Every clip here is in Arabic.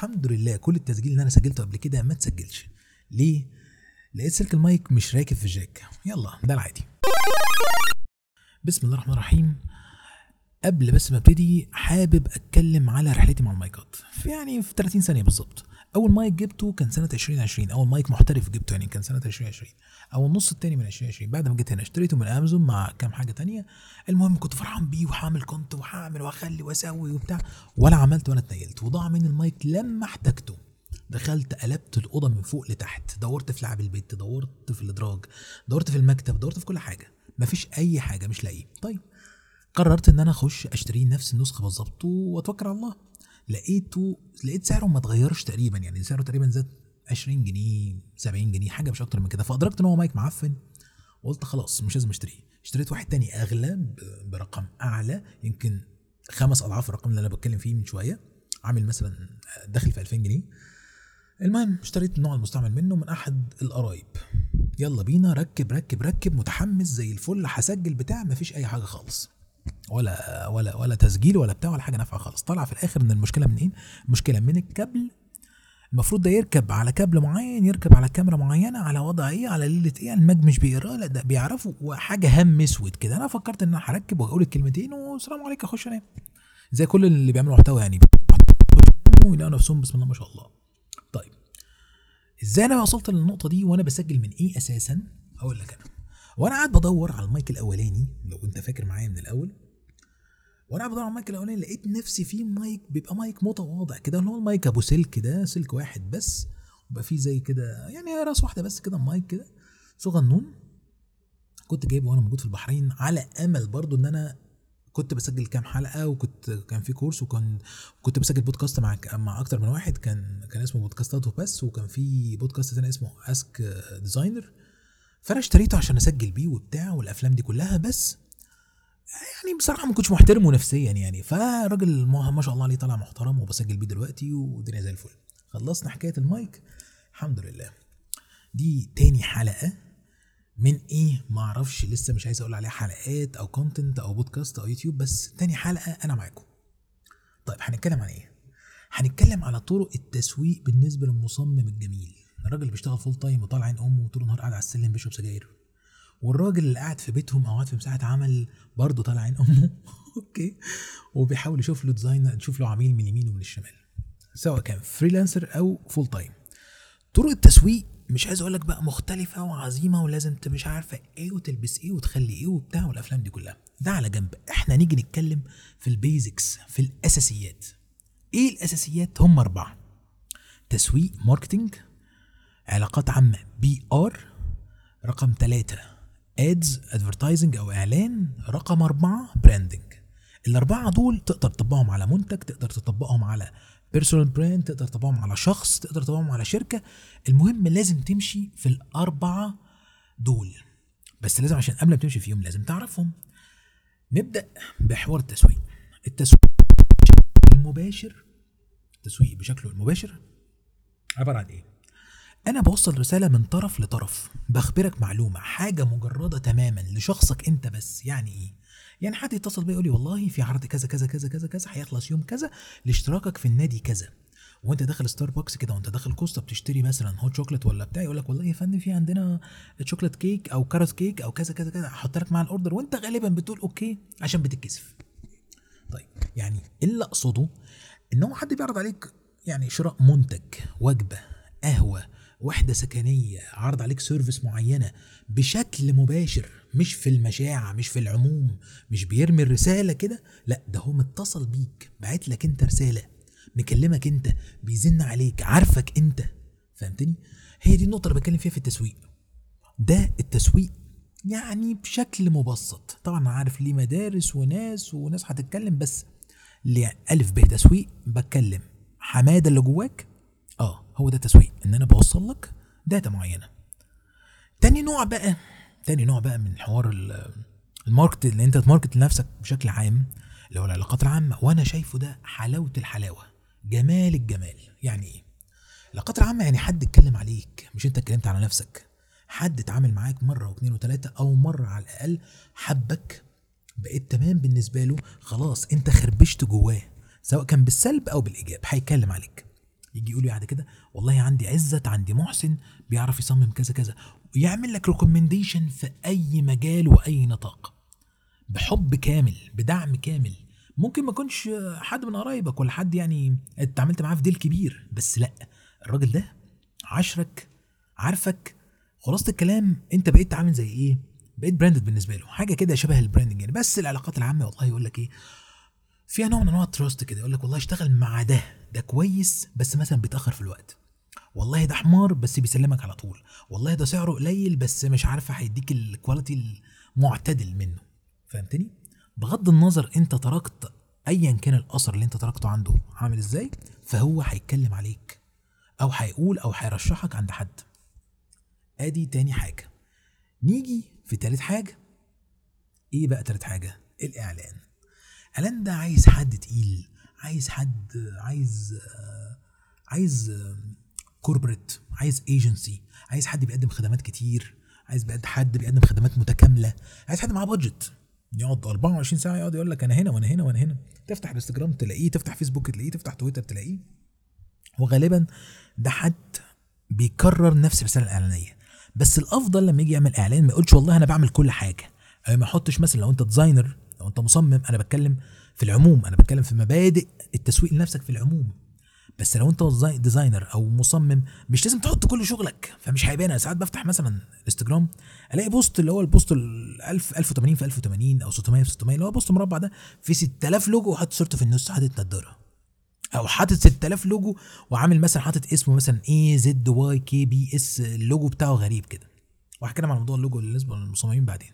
الحمد لله كل التسجيل اللي انا سجلته قبل كده ما تسجلش. ليه؟ لقيت سلك المايك مش راكب في الجاك. يلا ده العادي. بسم الله الرحمن الرحيم. قبل بس ما ابتدي حابب اتكلم على رحلتي مع المايكات في 30 ثانيه بالظبط. اول مايك جبته كان سنه 2020، اول مايك محترف جبته يعني كان سنه 2020 او النص الثاني من 2020. بعد ما جيت هنا اشتريته من امازون مع كام حاجه تانية. المهم كنت فرحان بيه وهعمل كونت وهعمل واخلي واسوي وبتاع، ولا عملت ولا اتنيلت، وضاع مني المايك لما احتاجته. دخلت قلبت الاوضه من فوق لتحت، دورت في لعب البيت، دورت في الادراج، دورت في المكتب، دورت في كل حاجه، مفيش اي حاجه مش لاقيه. طيب قررت ان انا اخش اشتري نفس النسخه بالظبط واتوكل على الله. لقيت سعره ما اتغيرش تقريبا، يعني سعره تقريبا زاد 20 جنيه 70 جنيه حاجه مش اكتر من كده. فادركت ان هو مايك معفن وقلت خلاص مش لازم اشتريه. اشتريت واحد تاني اغلى برقم اعلى، يمكن 5 اضعاف الرقم اللي انا بتكلم فيه من شويه، عامل مثلا داخل في 2000 جنيه. المهم اشتريت النوع المستعمل منه من احد القرايب. يلا بينا ركب ركب ركب، متحمس زي الفل، هسجل بتاع، مفيش اي حاجه خالص، ولا تسجيل ولا بتاع ولا حاجه نافعه خالص. طلع في الاخر ان المشكله من ايه؟ المشكله من الكابل. المفروض ده يركب على كابل معين، يركب على كاميرا معينه، على وضع ايه، على ليله ايه، المج مش بيقرا، لا ده بيعرفوا، وحاجه هم اسود كده. انا فكرت ان انا هركب واقول الكلمتين والسلام عليكم اخش انام زي كل اللي بيعملوا محتوى يعني، ويلاقوا نفسهم بسم الله ما شاء الله. طيب ازاي انا وصلت للنقطه دي وانا بسجل من ايه اساسا؟ اقول لك. انا وانا قاعد بدور على المايك الاولاني، لو انت فاكر معايا من الاول، وانا قاعد بدور على المايك الاولاني لقيت نفسي في مايك بيبقى مايك متواضع كده، اللي هو المايك ابو سلك ده، سلك واحد بس، وبقى فيه زي كده يعني راس واحده بس كده، مايك كده صغنون. كنت جايبه وانا موجود في البحرين على امل برضو ان انا كنت بسجل كام حلقه، كان في كورس، كنت بسجل بودكاست مع اكتر من واحد، كان اسمه بودكاستات وبس، وكان في بودكاست تاني اسمه اسك ديزاينر. فانا اشتريته عشان اسجل بيه وبتاع والافلام دي كلها، بس يعني بصراحه ما كنتش محترمه نفسيا يعني. فالراجل ما شاء الله عليه طلع محترم وبسجل بيه دلوقتي والدنيا زي الفل. خلصنا حكايه المايك الحمد لله. دي تاني حلقه من ايه ما اعرفش، لسه مش عايز اقول عليها حلقات او كونتنت او بودكاست او يوتيوب، بس تاني حلقه انا معاكم. طيب هنتكلم عن ايه؟ هنتكلم على طرق التسويق بالنسبه للمصمم الجميل، الراجل بيشتغل فول تايم وطالع عين امه طول النهار قاعد على السلم بيشرب سجاير، والراجل اللي قاعد في بيتهم او قاعد في مساحه عمل برضه طالع عين امه اوكي، وبيحاول يشوف له ديزاين، يشوف له عميل من اليمين ومن الشمال، سواء كان فريلانسر او فول تايم. طرق التسويق مش عايز اقول لك بقى مختلفه وعظيمه ولازم انت مش عارفه ايه وتلبس ايه وتخلي ايه وبتاع والافلام دي كلها، ده على جنب. احنا نيجي نتكلم في البيزكس، في الاساسيات. ايه الاساسيات؟ هم 4: تسويق ماركتينج، علاقات عامه PR، رقم 3 ادز ادفرتايزنج او اعلان، رقم 4 براندنج. ال4 دول تقدر تطبقهم على منتج، تقدر تطبقهم على بيرسونال براند، تقدر تطبقهم على شخص، تقدر تطبقهم على شركه. المهم لازم تمشي في ال4 دول، بس لازم عشان قبل ما تمشي فيهم لازم تعرفهم. نبدا بحوار التسويق. التسويق المباشر، التسويق بشكله المباشر عباره عن ايه؟ انا بوصل رساله من طرف لطرف، بخبرك معلومه، حاجه مجرده تماما لشخصك انت بس. يعني ايه؟ يعني حد يتصل بيا يقول لي والله في عرض كذا كذا كذا كذا كذا هيخلص يوم كذا لاشتراكك في النادي كذا، وانت داخل ستاربكس كده وانت داخل كوستا بتشتري مثلا هوت شوكليت ولا بتاع، يقول لك والله يا فندم في عندنا شوكليت كيك او كاروت كيك او كذا كذا كذا، هحط لك مع الاوردر، وانت غالبا بتقول اوكي عشان بتتكسف. طيب يعني اللي اقصده ان هو حد بيعرض عليك يعني شراء منتج، وجبه، قهوه، وحده سكنيه، عرض عليك سيرفيس معينه بشكل مباشر، مش في المشاعه، مش في العموم، مش بيرمي الرساله كده، لا ده هو متصل بيك، باعت لك انت رساله، مكلمك انت، بيزن عليك، عارفك انت. فهمتني؟ هي دي النقطه اللي بتكلم فيها في التسويق. ده التسويق يعني بشكل مبسط. طبعا انا عارف ليه مدارس وناس هتتكلم، بس اللي الف ب تسويق بتكلم حماده اللي جواك. هو ده تسويق، ان انا بوصل لك داتا معينه. تاني نوع بقى من حوار الماركت، اللي انت تماركت لنفسك بشكل عام، اللي هو العلاقات العامه. وانا شايفه ده حلاوه الحلاوه، جمال الجمال. يعني ايه العلاقات العامه؟ يعني حد اتكلم عليك، مش انت اتكلمت على نفسك. حد اتعامل معاك مره واثنين وثلاثه، او مره على الاقل حبك، بقيت تمام بالنسبه له، خلاص انت خربشت جواه، سواء كان بالسلب او بالايجاب هيتكلم عليك. يجي يقول لي بعد كده والله عندي عزت، عندي محسن بيعرف يصمم كذا كذا، ويعمل لك ريكومنديشن في اي مجال واي نطاق بحب كامل بدعم كامل. ممكن ما يكونش حد من قرايبك ولا حد يعني اتعاملت معاه في ديل كبير، بس لا، الراجل ده عاشرك، عارفك. خلاصة الكلام انت بقيت عامل زي ايه؟ بقيت براندد بالنسبه له، حاجه كده شبه البراندنج يعني. بس العلاقات العامه والله يقول لك ايه، فيها نوع من انواع التراست كده، يقول لك والله اشتغل مع ده كويس بس مثلا بيتاخر في الوقت، والله ده حمار بس بيسلمك على طول، والله ده سعره قليل بس مش عارفه هيديك الكواليتي المعتدل منه. فهمتني؟ بغض النظر انت تركت ايا كان الاثر اللي انت تركته عنده عامل ازاي، فهو هيتكلم عليك او هيقول او هيرشحك عند حد. ادي تاني حاجه. نيجي في تالت حاجه. ايه بقى تالت حاجه؟ الاعلان. الاعلان ده عايز حد تقيل، عايز حد، عايز كوربريت، عايز ايجنسي، عايز حد بيقدم خدمات كتير، عايز حد بيقدم خدمات متكامله، عايز حد معاه بادجت يقعد 24 ساعه يقعد يقول لك انا هنا وانا هنا وانا هنا. تفتح الانستجرام تلاقيه، تفتح فيسبوك تلاقيه، تفتح تويتر تلاقيه. وغالبا ده حد بيكرر نفس الرساله الاعلانيه. بس الافضل لما يجي يعمل اعلان ما يقولش والله انا بعمل كل حاجه، ما يحطش مثلا لو انت ديزاينر، لو انت مصمم، انا بتكلم في العموم، انا بتكلم في مبادئ التسويق لنفسك في العموم. بس لو انت ديزاينر او مصمم مش لازم تحط كل شغلك، فمش هيبان. انا ساعات بفتح مثلا انستجرام الاقي بوست اللي هو البوست ال 1000 1080 في 1080 او 600 في 600 اللي هو بوست مربع ده في 6000 لوجو وحاطط صورته في النص حاطط نضاره، او حاطط 6000 لوجو وعامل مثلا حاطط اسمه مثلا اي زد واي كي بي اس، اللوجو بتاعه غريب كده. وهحكي عن موضوع اللوجو بالنسبه للمصممين بعدين.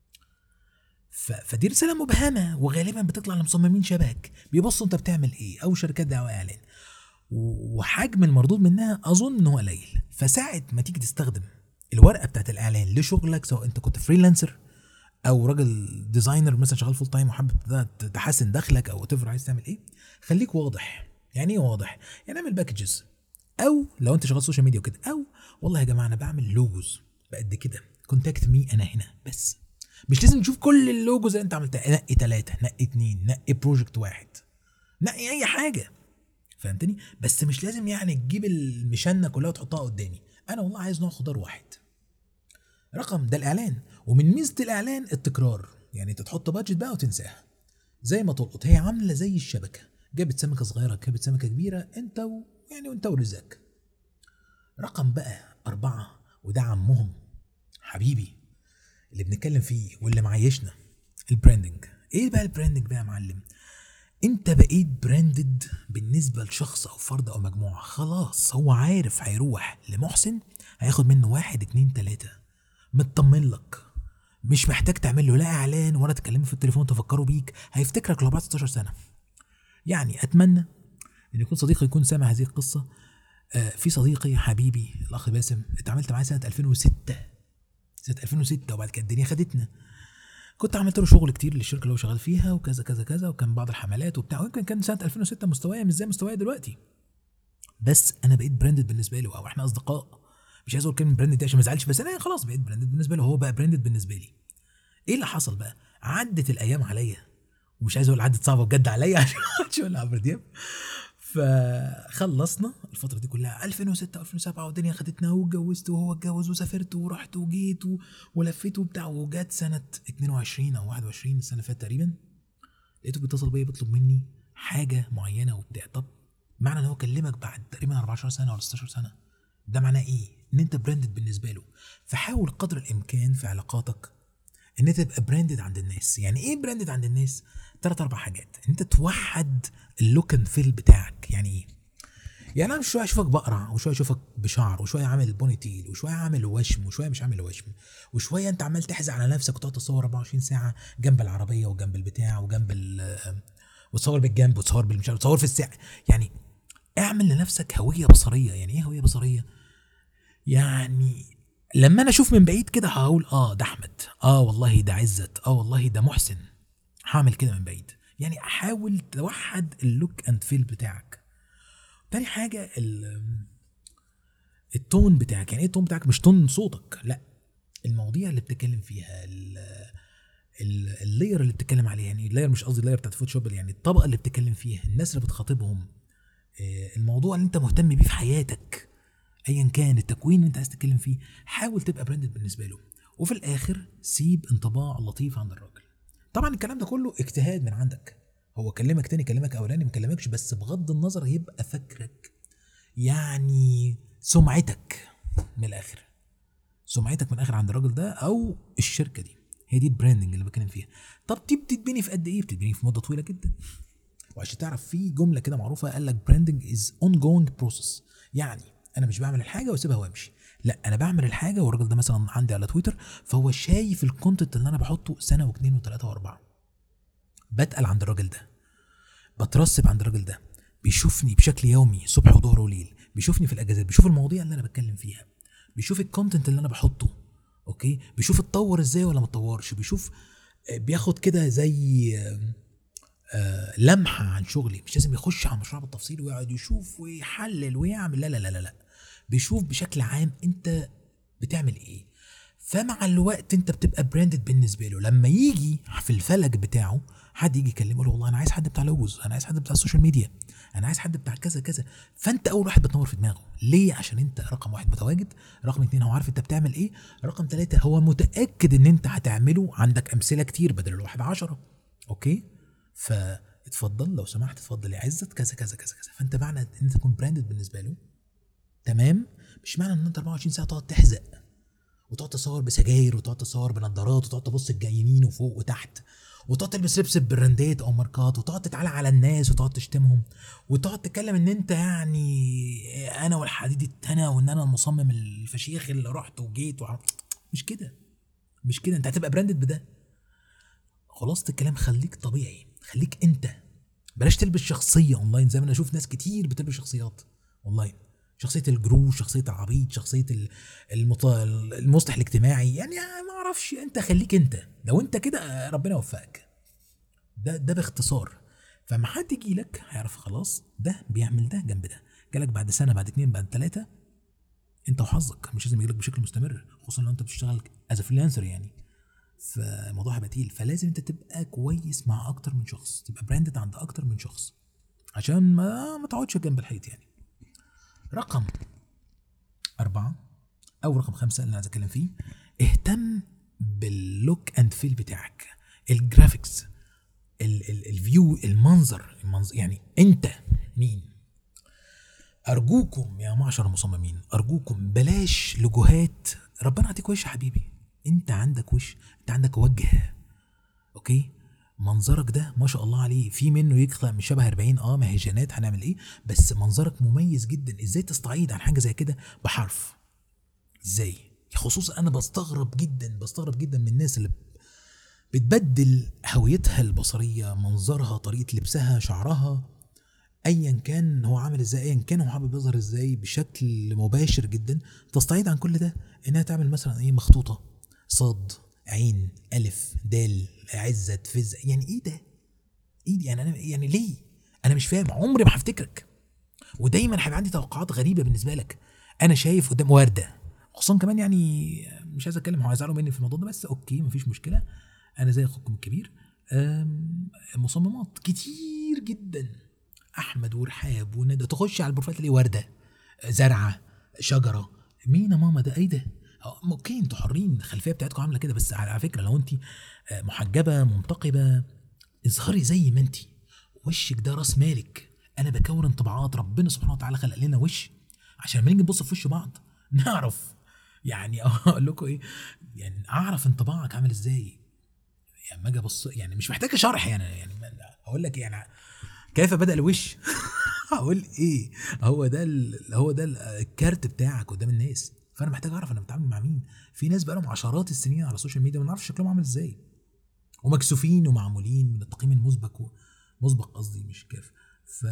فدي رساله مبهمه وغالبا بتطلع لمصممين شبهك بيبصوا انت بتعمل ايه، او شركات دعوه اعلان، وحجم المردود منها اظن ان هو قليل. فساعه ما تيجي تستخدم الورقه بتاعت الاعلان لشغلك، سواء انت كنت فريلانسر او راجل ديزاينر مثلا شغال فول تايم وحابب تحسن دخلك او تفر عايز تعمل ايه، خليك واضح. يعني ايه واضح؟ يعني اعمل باكجز، او لو انت شغال سوشيال ميديا وكده، او والله يا جماعه انا بعمل لوجوز بقد كده، كونتاكت مي انا هنا. بس مش لازم تشوف كل اللوجوز اللي انت عملتها، نقي 3 نقي 2 نقي بروجكت واحد، نقي اي حاجه. فهمتني؟ بس مش لازم يعني تجيب المشنه كلها وتحطها قدامي. انا والله عايز نوع خضار واحد. رقم ده الاعلان. ومن ميزه الاعلان التكرار، يعني انت تحط بادجت بقى وتنساها زي ما تلقط. هي عامله زي الشبكه، جابت سمكه صغيره جابت سمكه كبيره، انت يعني وانت ورزقك. رقم بقى 4، وده عمهم حبيبي اللي بنتكلم فيه واللي معيشنا، البراندنج. ايه بقى البراندنج بقى يا معلم؟ انت بقيت براندد بالنسبه لشخص او فرد او مجموعه. خلاص هو عارف هيروح لمحسن هياخد منه 1 2 3، مطمن لك، مش محتاج تعمل له لا اعلان ولا تكلمه في التليفون تفكره بيك، هيفتكرك لو بعد 16 سنه. يعني اتمنى ان يكون صديقي يكون سامع هذه القصه. في صديقي حبيبي الاخ باسم اتعاملت معاه سنه 2006، سنه 2006، وبعد كده الدنيا خدتنا. كنت عملت له شغل كتير للشركه اللي هو شغال فيها وكذا كذا كذا، وكان بعض الحملات وبتاع، ويمكن كان سنه 2006 مستوايا مش زي مستوايا دلوقتي، بس انا بقيت براندد بالنسبه له، او احنا اصدقاء. مش عايز اقول كلمه براندد دي عشان ما يزعلش، بس انا خلاص بقيت براندد بالنسبه له، هو بقى براندد بالنسبه لي. ايه اللي حصل بقى؟ عدت الايام عليا، ومش عايز اقول عدت صعبه بجد عليا عشان اقول عمرو دياب. فخلصنا الفتره دي كلها 2006 و2007 والدنيا خدتنا، واتجوزت وهو اتجوز وسافرت ورحت وجيت ولفيت وبتاع. وجات سنه 22 او 21 السنه اللي فاتت تقريبا، لقيته بيتصل بيا بيطلب مني حاجه معينه وبتاع. طب معنى ان هو كلمك بعد تقريبا 14 سنه ولا 16 سنه، ده معناه ايه؟ ان انت براندد بالنسبه له. فحاول قدر الامكان في علاقاتك ان انت تبقى براندد عند الناس. يعني ايه براندد عند الناس؟ 3 4 حاجات. ان انت توحد اللوك اند فيل بتاعك. يعني ايه؟ يعني انا مش شويه اشوفك بقرع، وشويه اشوفك بشعر، وشويه عامل بوني تيل، وشويه عامل وشم، وشويه مش عامل وشم، وشويه انت عمال تحزق على نفسك وتقعد تصور 24 ساعه جنب العربيه وجنب البتاع وجنب وتصور بالجنب وتصور بالمش عارف تصور في الساعه. يعني اعمل لنفسك هويه بصريه. يعني ايه هويه بصريه؟ يعني لما انا اشوف من بعيد كده هقول ده احمد، والله ده عزت، والله ده محسن. هعمل كده من بعيد. يعني احاول توحد اللوك اند فيل بتاعك. تاني حاجه التون بتاعك. يعني ايه التون بتاعك؟ مش تون صوتك، لا، المواضيع اللي بتتكلم فيها، اللاير اللي بتتكلم عليها. يعني اللاير مش قصدي اللاير بتاعت فوتوشوب، يعني الطبقه اللي بتتكلم فيها، الناس اللي بتخاطبهم، الموضوع اللي انت مهتم بيه في حياتك ايا كان التكوين اللي انت عايز تتكلم فيه، حاول تبقى براندد بالنسبه له. وفي الاخر سيب انطباع لطيف عند الراجل. طبعا الكلام ده كله اجتهاد من عندك، هو كلمك تاني كلمك اولاني ما كلمكش، بس بغض النظر يبقى فاكرك، يعني سمعتك من الاخر، سمعتك من الاخر عند الراجل ده او الشركه دي، هي دي البراندنج اللي بتكلم فيها. طب دي بتتبني في قد ايه؟ بتتبني في مده طويله جدا. وعشان تعرف في جمله كده معروفه قال لك براندنج از اون جوينج بروسيس، يعني انا مش بعمل الحاجه واسيبها وامشي، لا انا بعمل الحاجه والراجل ده مثلا عندي على تويتر فهو شايف الكونتنت اللي انا بحطه سنه واثنين وثلاثه واربعه، بتقل عند الراجل ده، بترسب عند الراجل ده، بيشوفني بشكل يومي صبح وظهر وليل، بيشوفني في الاجازات، بيشوف المواضيع اللي انا بتكلم فيها، بيشوف الكونتنت اللي انا بحطه، اوكي، بيشوف اتطور ازاي ولا ما اتطورش، بيشوف بياخد كده زي لمحه عن شغلي، مش لازم يخش على المشروع بالتفصيل ويقعد يشوف ويحلل ويعمل، لا لا لا لا لا، بيشوف بشكل عام انت بتعمل ايه. فمع الوقت انت بتبقى براندد بالنسبه له، لما يجي في الفلك بتاعه حد يجي يكلمه له والله انا عايز حد بتاع لوجوز، انا عايز حد بتاع السوشيال ميديا، انا عايز حد بتاع كذا كذا، فانت اول واحد بتنور في دماغه. ليه؟ عشان انت رقم واحد متواجد، رقم اتنين هو عارف انت بتعمل ايه، رقم ثلاثة هو متاكد ان انت هتعمله، عندك امثله كتير بدل الواحد 10. اوكي، فاتفضل لو سمحت، اتفضل يا عزت كذا كذا كذا كذا. فانت معنى ان انت تكون براندد بالنسبه له، تمام، مش معنى ان انت 24 ساعه تقعد تحزق وتقعد تصور بسجاير وتقعد تصور بنضارات وتقعد تبص يمين وفوق وتحت وتقعد تلبس لبس براندات او ماركات وتقعد تتعالى على الناس وتقعد تشتمهم وتقعد تتكلم ان انت يعني انا والحديد التنا وان انا المصمم الفشيخ اللي رحت وجيت مش كده، مش كده. انت هتبقى براندد بده. خلاصة الكلام خليك طبيعي، خليك انت، بلاش تلبس شخصيه اونلاين زي ما انا اشوف ناس كتير بتلبس شخصيات اونلاين، شخصيه الجروش، شخصيه العبيط، شخصيه المصلح الاجتماعي، يعني ما اعرفش، انت خليك انت، لو انت كده ربنا يوفقك. ده باختصار. فما حد يجي لك هيعرف خلاص ده بيعمل ده جنب ده، جالك بعد سنه بعد اتنين بعد تلاته، انت وحظك، مش لازم يجيلك بشكل مستمر، خصوصا لو انت بتشتغل از فريلانسر يعني، فالموضوع هيبقى تقيل. فلازم انت تبقى كويس مع اكتر من شخص، تبقى براندد عند اكتر من شخص عشان ما تقعدش جنب الحيط يعني. رقم 4 او رقم 5 اللي انا عايز اتكلم فيه، اهتم باللوك اند فيل بتاعك، الجرافيكس، الفيو، المنظر يعني انت مين. ارجوكم يا معشر المصممين، ارجوكم بلاش لوجوهات، ربنا يعطيك وش يا حبيبي، انت عندك وش، انت عندك وجه، اوكي، منظرك ده ما شاء الله عليه، في منه يخلق من شبه 40 مهجانات، هنعمل ايه، بس منظرك مميز جدا. ازاي تستعيد عن حاجه زي كده بحرف؟ ازاي؟ خصوصا انا بستغرب جدا من الناس اللي بتبدل هويتها البصريه، منظرها، طريقه لبسها، شعرها، ايا كان هو عامل ازاي، ايا كان هو حابب يظهر ازاي بشكل مباشر جدا، تستعيد عن كل ده انها تعمل مثلا ايه، مخطوطه، صاد، عين، الف، دال، عزة، فز، يعني ايه ده؟ ايه دي؟ يعني انا يعني ليه؟ انا مش فاهم، عمري ما هفتكرك، ودايما هيبقى عندي توقعات غريبه بالنسبه لك. انا شايف قدام ورده، خصوصا كمان يعني مش عايز اتكلم، هو هيزعلوا مني في الموضوع ده، بس اوكي مفيش مشكله، انا زي اخوكم الكبير. مصممات كتير جدا، احمد ورحاب وندى، تخش على البروفايل تلاقي ورده، زرعه، شجره، مين يا ماما ده؟ ايه ده؟ اوكي انتوا حرين، الخلفيه بتاعتكم عامله كده، بس على فكره لو انت محجبه منتقبه، اظهري زي ما انت، وشك ده راس مالك. انا بكون انطباعات، ربنا سبحانه وتعالى خلق لنا وش عشان لما نيجي نبص في وش بعض نعرف، يعني اقول لكم ايه، يعني اعرف انطباعك عامل ازاي، يعني ما اجي ابص، يعني مش محتاج شرح، يعني اقول لك يعني كيف بدأ الوش هقول ايه، هو ده الكارت بتاعك قدام الناس. فانا محتاج اعرف انا بتعامل مع مين. في ناس بقى لهم عشرات السنين على السوشيال ميديا ما نعرفش شكلهم عامل ازاي، ومكسوفين ومعمولين من التقييم مسبق قصدي، مش كاف. ف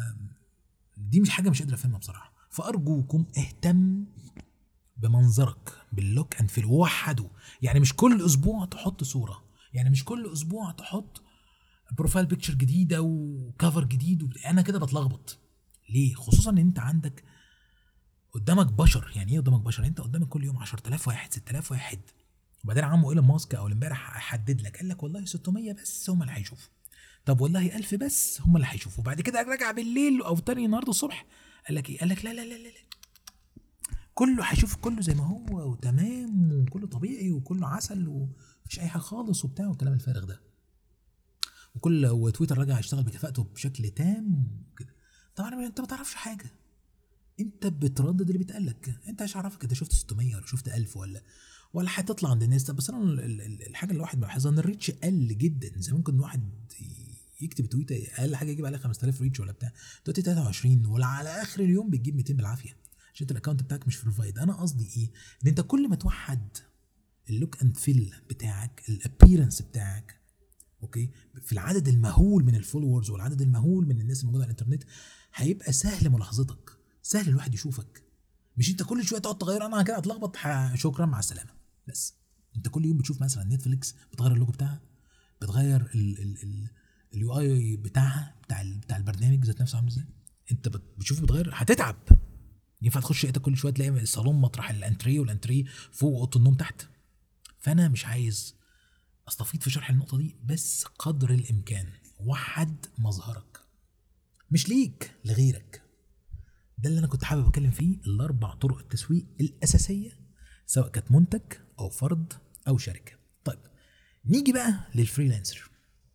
دي مش حاجه مش قادر افهمها بصراحه. فارجوكم اهتم بمنظرك، باللوك اند فيل، وحده، يعني مش كل اسبوع تحط صوره، يعني مش كل اسبوع تحط بروفايل بيكتشر جديده وكفر جديد انا كده بتلخبط. ليه؟ خصوصا ان انت عندك قدامك بشر. يعني ايه قدامك بشر؟ انت قدامك كل يوم 10000 واحد، 6000 واحد، وبعدين عمو ايلون ماسك او امبارح حدد لك، قال لك والله 600 بس هم اللي هيشوفوا، طب والله 1000 بس هم اللي هيشوفوا، بعد كده راجع بالليل او تاني النهارده الصبح قال لك ايه؟ قال لك لا لا لا لا لا، كله هيشوف كله زي ما هو وتمام وكله طبيعي وكله عسل ومفيش اي حاجه خالص وبتاع والكلام الفارغ ده. وتويتر راجع يشتغل بكفاءته بشكل تام وكده. طبعا انت ما تعرفش حاجه، انت بتردد اللي بيتقالك، انت مش عارفك انت شفت 600 ولا شفت 1000 ولا هتطلع عند الناس. بس انا الحاجه اللي الواحد ملاحظها ان الريتش قل جدا. زي ممكن واحد يكتب تويته اقل حاجه يجيب عليها 5000 ريتش ولا بتاع، دلوقتي 23 ولا على اخر اليوم بتجيب 200 بالعافيه عشان انت الاكونت بتاعك مش فيرفايد. انا قصدي ايه؟ ان انت كل ما توحد اللوك اند فيل بتاعك، الابييرنس بتاعك، اوكي، في العدد المهول من الفولورز والعدد المهول من الناس الموجوده على الانترنت، هيبقى سهل ملاحظتك، سهل الواحد يشوفك. مش انت كل شويه تقعد تغير، انا كده هتلخبط، شكرا مع السلامه. بس انت كل يوم بتشوف مثلا نتفليكس بتغير اللوجو بتاعها، بتغير اليو اي بتاعها بتاع البرنامج ذات نفسه عامل ازاي، انت بتشوفه بتغير، هتتعب. ينفع تخش شقتك كل شويه تلاقي الصالون مطرح الانتريه والانتريه فوق اوضه النوم تحت. فانا مش عايز استفيض في شرح النقطه دي، بس قدر الامكان وحد مظهرك، مش ليك لغيرك. ده اللي انا كنت حابب اتكلم فيه، الاربع طرق التسويق الاساسيه سواء كانت منتج او فرد او شركه. طيب نيجي بقى للفريلانسر،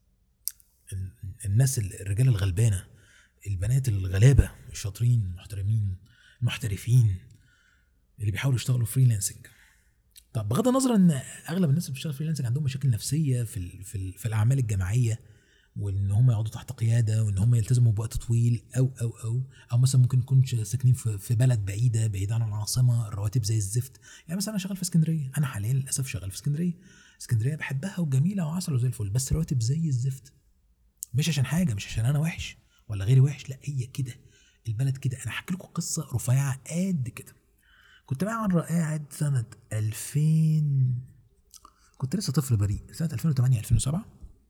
الناس الرجال الغلبانه، البنات الغلابه الشاطرين المحترمين المحترفين اللي بيحاولوا يشتغلوا فريلانسنج. طب بغض النظر ان اغلب الناس اللي بتشتغل فريلانسنج عندهم مشاكل نفسيه في الاعمال الجماعيه، وان هم يقعدوا تحت قياده، وان هم يلتزموا بوقت طويل او مثلا ممكن يكون ساكنين في بلد بعيده عن العاصمه، الرواتب زي الزفت. يعني مثلا انا شغال في اسكندريه، انا حاليا للاسف شغال في اسكندريه بحبها وجميله وعسل وزي الفل، بس الرواتب زي الزفت. مش عشان حاجه، مش عشان انا وحش ولا غيري وحش، لا هي كده، البلد كده. انا هحكي لكم قصه رفيعه قد كده. كنت بقى مرة قاعد سنة 2000، كنت لسه طفل بريء، سنة 2008 2007،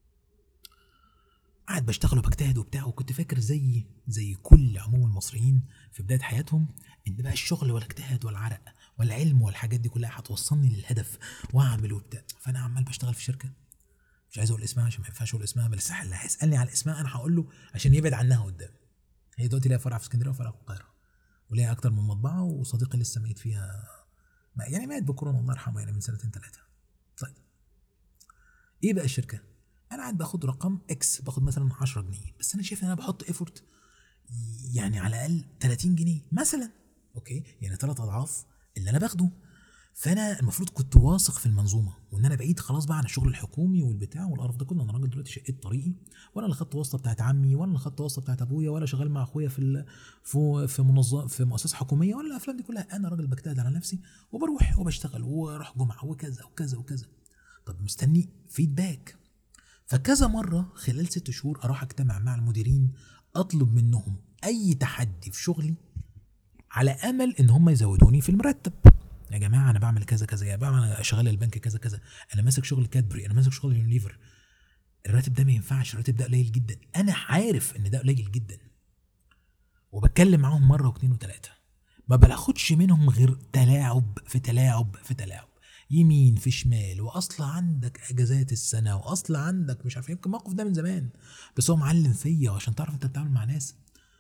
قاعد بشتغل وبجتهد وبتاع، وكنت فاكر زي كل عموم المصريين في بداية حياتهم ان بقى الشغل ولا اجتهاد ولا عرق ولا علم ولا الحاجات دي كلها هتوصلني للهدف واعمل وبتاع. فانا عمال بشتغل في شركة مش عايز اقول اسمها عشان ما ينفعش اقول اسمها، بس اللي هيسالني على اسمها انا هقول له عشان يبعد عنها قدام. هي دلوقتي ليها فرع في اسكندريه وفرع في القاهره، وليها اكتر من مطبعه، وصديقي لسه ميت فيها، يعني مات بكورونا الله يرحمه، يعني من سنتين ثلاثه. طيب ايه بقى الشركه؟ انا قاعد باخد رقم اكس، باخد مثلا 10 جنيه، بس انا شايف ان انا بحط ايفورت يعني على الاقل 30 جنيه مثلا، اوكي، يعني 3 اضعاف اللي انا باخده. فانا المفروض كنت واثق في المنظومه، وان انا بعيد خلاص بقى عن الشغل الحكومي والبتاع والقرف ده كله. انا راجل دلوقتي شقيت طريقي، ولا اللي خدت واسطه بتاعت عمي، ولا اللي خدت واسطه بتاعت ابويا، ولا شغال مع اخويا في منظمه في مؤسسه حكوميه، ولا الافلام دي كلها. انا راجل بجتهد على نفسي وبروح وبشتغل واروح جمعه وكذا وكذا وكذا. طب مستني فيدباك. فكذا مره خلال 6 شهور اروح اجتمع مع المديرين، اطلب منهم اي تحدي في شغلي على امل ان هم يزودوني في المرتب. يا جماعه انا بعمل كذا كذا، يا جماعه انا شغال البنك كذا كذا، انا ماسك شغل كادبري، انا ماسك شغل يونيليفر، الراتب ده ما ينفعش، الراتب ده قليل جدا، انا عارف ان ده قليل جدا. وبتكلم معاهم مره واثنين وثلاثه، ما باخدش منهم غير تلاعب في تلاعب في تلاعب، يمين في شمال، واصل عندك اجازات السنه، واصل عندك مش عارف، يمكن الموقف ده من زمان بس هو معلم فيا، وعشان تعرف انت بتتعامل مع ناس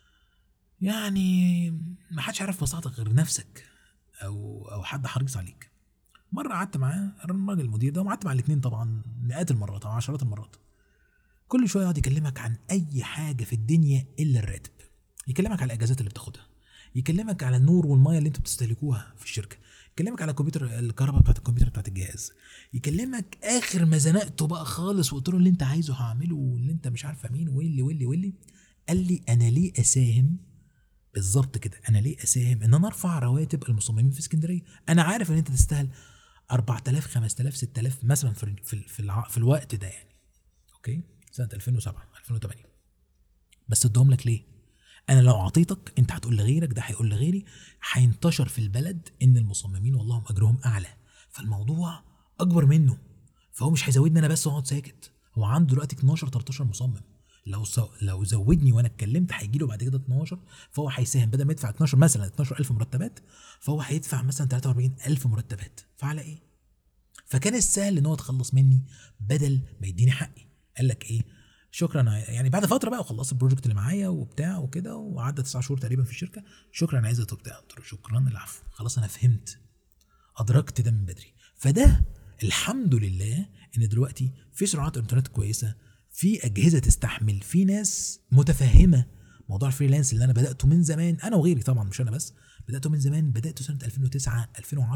يعني ما حدش عارف مصلحتك غير نفسك او حد حريص عليك. مره قعدت معاه الراجل المدير ده، وقعدت مع الاثنين طبعا مئات المرات او عشرات المرات، كل شويه يقعد يكلمك عن اي حاجه في الدنيا الا الراتب، يكلمك على الاجازات اللي بتاخدها، يكلمك على النور والميه اللي انتوا بتستهلكوها في الشركه، يكلمك على الكمبيوتر، الكهرباء بتاعت الكمبيوتر بتاعت الجهاز، يكلمك اخر ما زنقته بقى خالص وقلت له اللي انت عايزه هعمله واللي انت مش عارفه مين واللي قال لي انا ليه اساهم، بالظبط كده، انا ليه اساهم ان انا ارفع رواتب المصممين في اسكندريه؟ انا عارف ان انت تستاهل 4000 5000 6000 مثلا في الوقت ده يعني، اوكي، سنه 2007 2008، بس ادهم لك ليه؟ انا لو اعطيتك انت هتقول لغيرك، ده هيقول لغيري، هينتشر في البلد ان المصممين والله اجرهم اعلى، فالموضوع اكبر منه، فهو مش هيزودني انا بس واقعد ساكت، هو عنده دلوقتي 12 13 مصمم، لو زودني وانا اتكلمت هيجي له بعد كده 12، فهو هيساهم بدل ما يدفع 12 مثلا 12000 مرتبات، فهو هيدفع مثلا 43000 مرتبات، فعلى ايه؟ فكان السهل ان هو يتخلص مني بدل ما يديني حقي. قال لك ايه؟ شكرا يعني بعد فتره بقى وخلصت البروجكت اللي معايا وبتاع وكده، وعدى 9 شهور تقريبا في الشركه. شكرا انا عايزه وبتاع. قلت له شكرا العفو، خلاص انا فهمت، ادركت ده من بدري. فده الحمد لله ان دلوقتي في سرعات انترنت كويسه، في اجهزه تستحمل، في ناس متفهمه موضوع الفريلانس اللي انا بداته من زمان، انا وغيري طبعا مش انا بس، بداته من زمان، بداته سنه 2009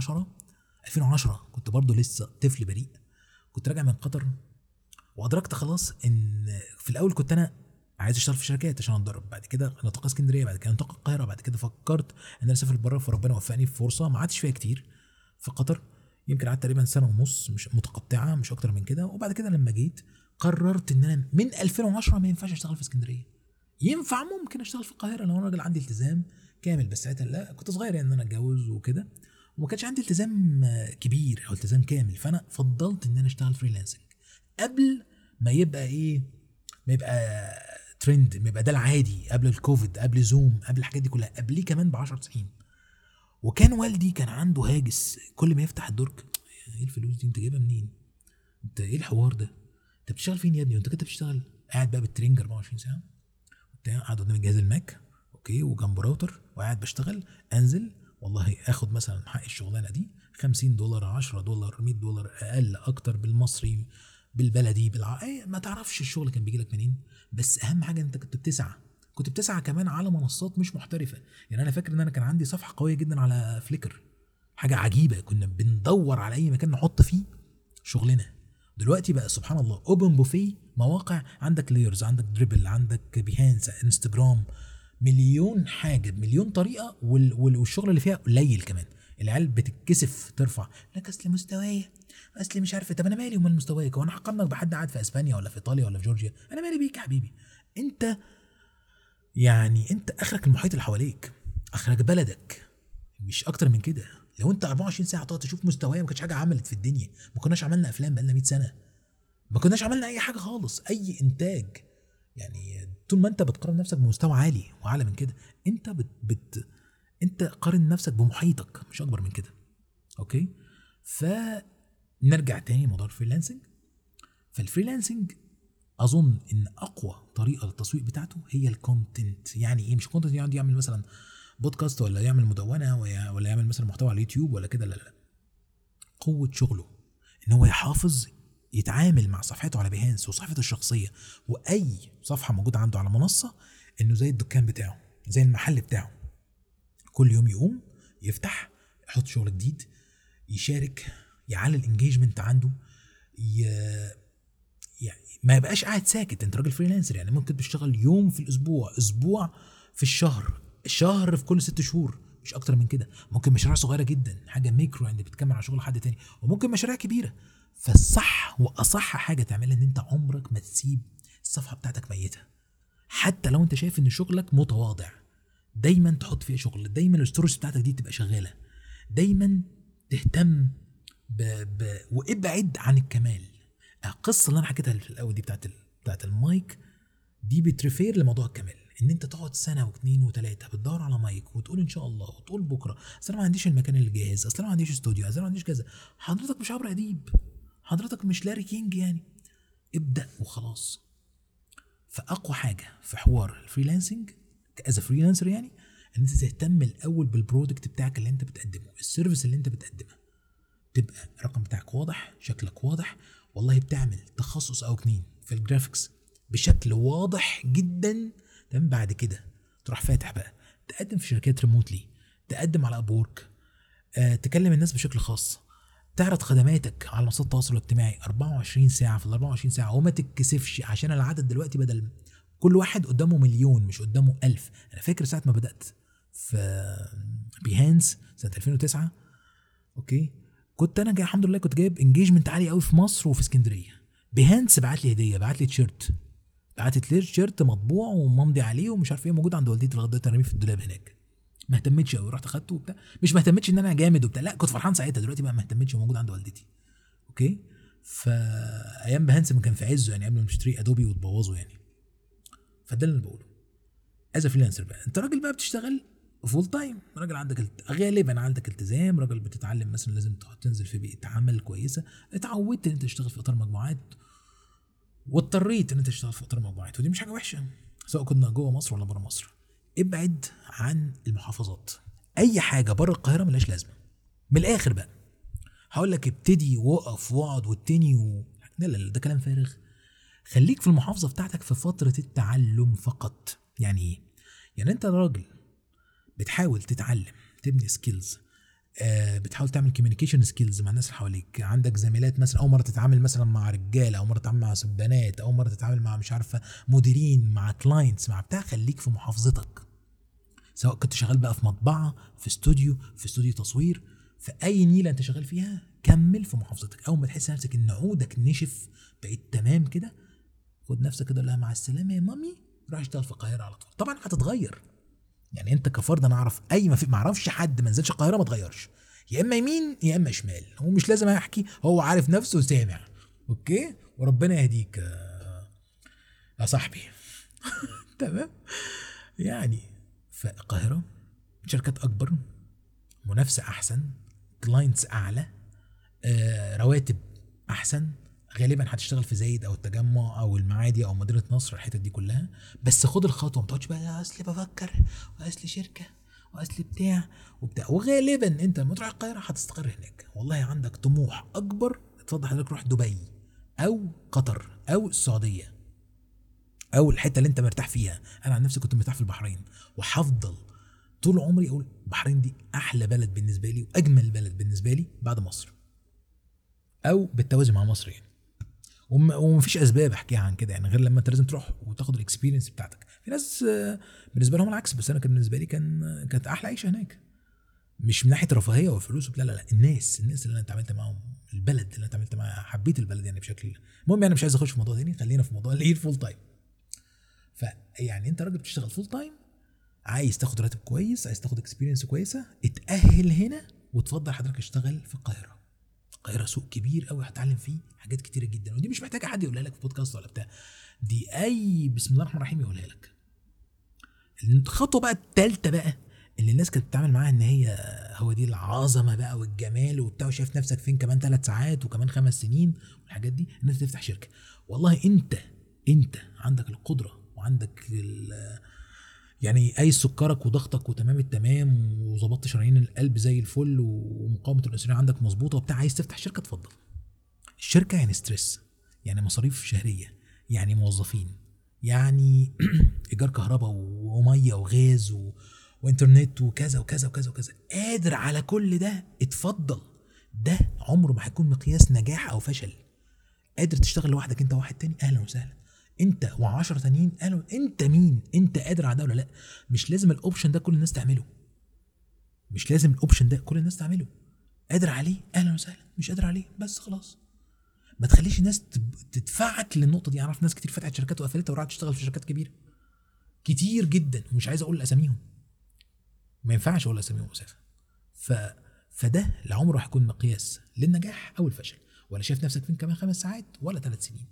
2010 كنت برضه لسه طفل بريء، كنت راجع من قطر وادركت خلاص ان في الاول كنت انا عايز اشتغل في شركات عشان اتدرب، بعد كده نطاق اسكندريه، بعد كده نطاق القاهره، بعد كده فكرت ان انا اسافر بره، فربنا وفقني في فرصه ما عادش فيها كتير في قطر، يمكن قعدت تقريبا سنه ونص مش متقطعه مش اكتر من كده. وبعد كده لما جيت قررت ان انا من 2010 ما ينفعش اشتغل في اسكندريه، ينفع ممكن اشتغل في القاهره لو انا راجل عندي التزام كامل، بس ساعتها لا كنت صغير يعني ان انا اتجوز وكده، وما كانش عندي التزام كبير او التزام كامل، فانا فضلت ان انا اشتغل فريلانسنج قبل ما يبقى ايه، ما يبقى ترند، ما يبقى ده العادي، قبل الكوفيد، قبل زوم، قبل الحاجات دي كلها، قبليه كمان ب 10 سنين. وكان والدي كان عنده هاجس كل ما يفتح الدرج، ايه الفلوس دي انت جايبها منين؟ انت ايه الحوار ده؟ انت بتشتغل فين يا ابني؟ وانت كنت بتشتغل قاعد بقى بالترينج 24 ساعه وبتاع، قاعد قدام جهاز الماك اوكي وجنب راوتر وقاعد بشتغل، انزل والله اخد مثلا حق الشغلانه دي $50 $10 $100 اقل اكتر بالمصري بالبلدي ما تعرفش الشغل كان بيجي لك منين، بس اهم حاجه انت كنت بتسعى، كنت بتسعى كمان على منصات مش محترفه. يعني انا فاكر ان انا كان عندي صفحه قويه جدا على فليكر، حاجه عجيبه، كنا بندور على اي مكان نحط فيه شغلنا. دلوقتي بقى سبحان الله اوبن بوفيه، مواقع، عندك ليرز، عندك دريبل، عندك بيهانس، انستجرام، مليون حاجه بمليون طريقه، والشغل اللي فيها قليل كمان. العيال بتتكسف ترفع لك اصل مستوايا، اصل مش عارف. طب انا مالي ومال مستواك؟ هو انا هقارنك بحد قاعد في اسبانيا ولا في ايطاليا ولا في جورجيا؟ انا مالي بيك يا حبيبي؟ انت يعني انت اخرك المحيط اللي حواليك، اخرك بلدك، مش اكتر من كده. لو انت 24 ساعه تقعد تشوف مستوايا، ما كانتش حاجه عملت في الدنيا، ما كناش عملنا افلام بقالنا 100 سنه، ما كناش عملنا اي حاجه خالص، اي انتاج. يعني طول ما انت بتقارن نفسك بمستوى عالي واعلى من كده، انت انت قارن نفسك بمحيطك مش اكبر من كده. اوكي، فنرجع تاني موضوع الفريلانسنج. فالفريلانسنج اظن ان اقوى طريقه للتسويق بتاعته هي الكونتنت. يعني ايه؟ مش كونتنت يعني يعمل مثلا بودكاست ولا يعمل مدونه ولا يعمل مثلا محتوى على اليوتيوب ولا كده، لا لا، قوه شغله ان هو يحافظ يتعامل مع صفحته على بيهانس وصفحته الشخصيه واي صفحه موجوده عنده على منصه، انه زي الدكان بتاعه، زي المحل بتاعه، كل يوم يقوم يفتح يحط شغل جديد، يشارك، يعلي الانجيجمنت عنده، يعني ما يبقاش قاعد ساكت. انت راجل فريلانسر، يعني ممكن تشتغل يوم في الاسبوع، اسبوع في الشهر، الشهر في كل 6 شهور، مش اكتر من كده. ممكن مشاريع صغيره جدا، حاجه ميكرو يعني بتكمل على شغل حد تاني، وممكن مشاريع كبيره. فالصح واصح حاجه تعملها ان انت عمرك ما تسيب الصفحه بتاعتك ميته، حتى لو انت شايف ان شغلك متواضع، دايما تحط فيها شغل، دايما الستوريز بتاعتك دي تبقى شغاله، دايما تهتم وابعد عن الكمال. القصه اللي انا حكيتها في الاول دي بتاعت المايك دي بتريفير لموضوع الكمال، ان انت تقعد سنه واثنين وثلاثه بتدور على مايك وتقول ان شاء الله، وتقول بكره اصل انا ما عنديش المكان اللي جاهز، اصل انا ما عنديش استوديو، اصل انا ما عنديش كذا. حضرتك مش عمرو اديب، حضرتك مش لاري كينج، يعني ابدا وخلاص. فاقوى حاجه في حوار الفريلانسنج از فريلانسر يعني ان انت تهتم الاول بالبرودكت بتاعك اللي انت بتقدمه، السيرفيس اللي انت بتقدمها، تبقى الرقم بتاعك واضح، شكلك واضح، والله بتعمل تخصص او 2 في الجرافيكس بشكل واضح جدا. تمام، بعد كده تروح فاتح بقى تقدم في شركات ريموتلي، تقدم على ابورك، تكلم الناس بشكل خاص، تعرض خدماتك على منصات التواصل الاجتماعي 24 ساعه في ال 24 ساعه، وما تتكسفش عشان العدد دلوقتي بدل كل واحد قدامه مليون مش قدامه 1000. انا فاكر ساعه ما بدات في بيهانس سنه 2009 اوكي، كنت انا جاي الحمد لله كنت جايب انجيجمنت عالي قوي في مصر وفي اسكندريه. بيهانس بعت لي هديه، بعت لي تيشيرت، بعتت لي تيشيرت مطبوع وممضي عليه ومش عارف ايه، موجود عند والدتي لغايه دلوقتي، راميه في الدولاب هناك. ما اهتمتش قوي، رحت اخدته وبتاع، مش ما اهتمتش ان انا جامد وبتاع، لا كنت فرحان ساعتها، دلوقتي بقى ما اهتمتش، موجود عند والدتي اوكي. فايام بيهانس ما كان في عزه يعني، قبل ما نشتري ادوبي وتبوظه يعني. فده اللي انا بقوله. از فريلانسر بقى انت راجل بقى بتشتغل فول تايم، راجل عندك غالبا عندك التزام، راجل بتتعلم مثلا لازم تنزل في بيئه عمل كويسه، اتعودت ان انت تشتغل في اطار مجموعات واضطريت ان انت تشتغل في اطار مجموعات، ودي مش حاجه وحشه سواء كنا جوه مصر ولا بره مصر. ابعد عن المحافظات، اي حاجه بره القاهره ملهاش لازمه. من الاخر بقى هقول لك ابتدي وقف واقعد والتاني لا لا لا، ده كلام فارغ. خليك في المحافظه بتاعتك في فتره التعلم فقط. يعني ايه؟ يعني انت راجل بتحاول تتعلم، تبني سكيلز، بتحاول تعمل كوميونيكيشن سكيلز مع الناس اللي حواليك، عندك زميلات مثلا اول مره تتعامل مثلا مع رجاله، اول مره تتعامل مع بنات، اول مره تتعامل مع مش عارفه مديرين، مع كلاينتس، مع بتاع. خليك في محافظتك، سواء كنت شغال بقى في مطبعه، في استوديو تصوير، في اي نيله انت شغال فيها، كمل في محافظتك. اول ما تحس نفسك ان عودك نشف بقيت تمام كده، خد نفسك كده، لا مع السلامه يا مامي، روح اشتغل في القاهره على طول. طبعا هتتغير، يعني انت كفرد انا اعرف اي ما اعرفش حد ما نزلش القاهره ما اتغيرش، يا اما يمين يا اما شمال. هو مش لازم احكي، هو عارف نفسه وسامع. اوكي، وربنا يهديك يا صاحبي. تمام. يعني فالقاهره شركات اكبر، منافسه احسن، كلاينتس اعلى، رواتب احسن. غالبا هتشتغل في زايد او التجمع او المعادي او مدينه نصر، الحتت دي كلها. بس خد الخطوه، ما تقعدش بقى اصل بفكر واصل شركه واصل بتاع. وغالبا انت لما تروح القاهره هتستقر هناك. والله عندك طموح اكبر، اتفضل حضرتك روح دبي او قطر او السعوديه او الحته اللي انت مرتاح فيها. انا عن نفسي كنت مرتاح في البحرين، وهفضل طول عمري اقول البحرين دي احلى بلد بالنسبه لي واجمل بلد بالنسبه لي بعد مصر، او بالتوازي مع مصر يعني. ومفيش اسباب احكيها عن كده يعني، غير لما انت لازم تروح وتاخد الاكسبيرينس بتاعتك. في ناس بالنسبه لهم العكس، بس انا كان بالنسبه لي كانت احلى عيشه هناك، مش من ناحيه رفاهيه وفلوس، لا لا لا، الناس اللي انا اتعاملت معاهم، البلد اللي انا اتعاملت معاها، حبيت البلد يعني بشكل. المهم يعني مش عايز اخش في موضوع تاني، خلينا في موضوع اللي هي الفول تايم. فيعني انت راجل بتشتغل فول تايم، عايز تاخد راتب كويس، عايز تاخد اكسبيرينس كويسه، اتاهل هنا وتفضل حضرتك اشتغل في القاهره. القاهره سوق كبير قوي، هتتعلم فيه حاجات كتيره جدا، ودي مش محتاجه حد يقولها لك في بودكاست ولا بتاع، دي اي بسم الله الرحمن الرحيم يقولها لك. الخطوه بقى الثالثه بقى اللي الناس كانت بتتعامل معاها ان هي هو دي العظمه بقى والجمال وبتاع، وشايف نفسك فين كمان 3 ساعات وكمان 5 سنين والحاجات دي، ان انت تفتح شركه. والله انت عندك القدره وعندك يعني اي سكرك وضغطك وتمام التمام، وظبطت شرايين القلب زي الفل، ومقاومه الانسولين عندك مظبوطه وبتاع، عايز تفتح شركه، اتفضل. الشركه يعني ستريس، يعني مصاريف شهريه، يعني موظفين، يعني ايجار كهرباء وميه وغاز وانترنت وكذا وكذا وكذا وكذا. قادر على كل ده، اتفضل. ده عمره ما هيكون مقياس نجاح او فشل. قادر تشتغل لوحدك انت واحد تاني، اهلا وسهلا. انت و10 تانيين، اهلا. انت مين؟ انت قادر على ده ولا لا؟ مش لازم الاوبشن ده كل الناس تعمله، مش لازم الاوبشن ده كل الناس تعمله. قادر عليه اهلا وسهلا، مش قادر عليه بس خلاص. ما تخليش الناس تدفعك للنقطه دي. اعرف ناس كتير فتحت شركات وقفلتها وراحت تشتغل في شركات كبيره كتير جدا، ومش عايز اقول اساميهم، ما ينفعش اقول اساميهم اساسا. فده لا عمره هيكون مقياس للنجاح او الفشل، ولا شايف نفسك فين كمان 5 ساعات ولا 3 سنين.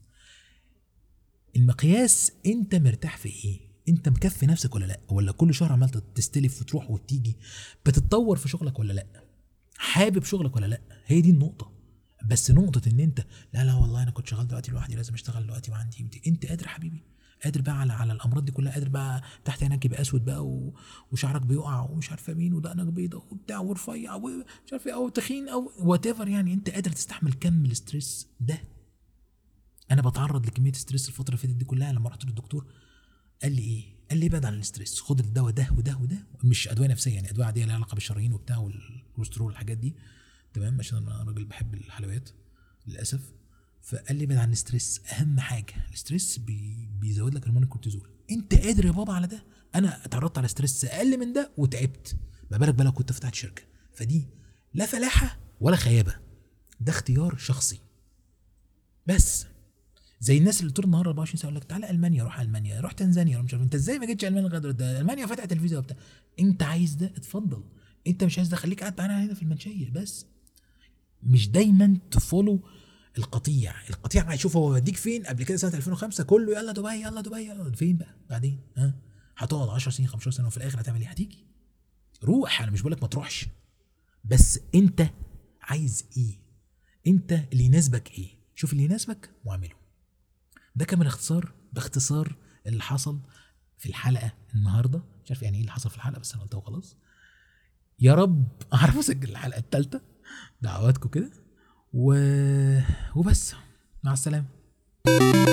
المقياس انت مرتاح في ايه؟ انت مكفي نفسك ولا لا؟ ولا كل شهر عمال تستلف وتروح وتيجي؟ بتتطور في شغلك ولا لا؟ حابب شغلك ولا لا؟ هي دي النقطه. بس نقطه ان انت لا والله انا كنت شغال دلوقتي لوحدي، لازم اشتغل دلوقتي وعندي، انت قادر يا حبيبي؟ قادر بقى على الامراض دي كلها؟ قادر بقى تحت عينك يبقى اسود بقى وشعرك بيقع ومش عارفه مين ودقنك بيضه وبتاع ورفيع ومش عارف ايه او تخين او وات ايفر؟ يعني انت قادر تستحمل كم الاستريس ده؟ انا بتعرض لكميه ستريس الفتره اللي فاتت دي كلها. لما رحت للدكتور قال لي ايه؟ قال لي ابعد عن الاستريس، خد الدواء ده وده وده، مش ادويه نفسيه يعني، ادويه عاديه لها علاقه بالشرايين وبتاع والكوليسترول والحاجات دي، تمام، عشان انا راجل بحب الحلويات للاسف. فقال لي ابعد عن الاستريس، اهم حاجه الاستريس بيزود لك هرمون الكورتيزول. انت قادر يا بابا على ده؟ انا اتعرضت على ستريس اقل من ده وتعبت، ما بالك بقى لو كنت فتحت شركه؟ فدي لا فلاحه ولا خيابه، ده اختيار شخصي. بس زي الناس اللي طول النهار 24 ساعه يقول لك تعالى المانيا، روح المانيا، روح تنزانيا، مش عارف انت ازاي ما جيتش المانيا لغايه دلوقتي، ده المانيا فتحت الفيزا وبتاع. انت عايز ده اتفضل، انت مش عايز ده خليك قاعد معانا هنا في المنشيه. بس مش دايما تفولو القطيع هيشوف هو بيديك فين. قبل كده سنه 2005 كله يلا دبي يلا دبي يلا، فين بقى بعدين؟ هتقعد 10 سنين 15 سنه وفي الاخر هتعمل ايه؟ هتيجي روح. انا مش بقولك ما تروحش، بس انت عايز ايه؟ انت اللي يناسبك ايه؟ شوف اللي يناسبك واعمله. ده كان باختصار اللي حصل في الحلقه النهارده. مش عارف يعني ايه اللي حصل في الحلقه، بس انا قلتها وخلاص. يا رب اعرف اسجل الحلقه الثالثه، دعواتكم كده وبس. مع السلامه.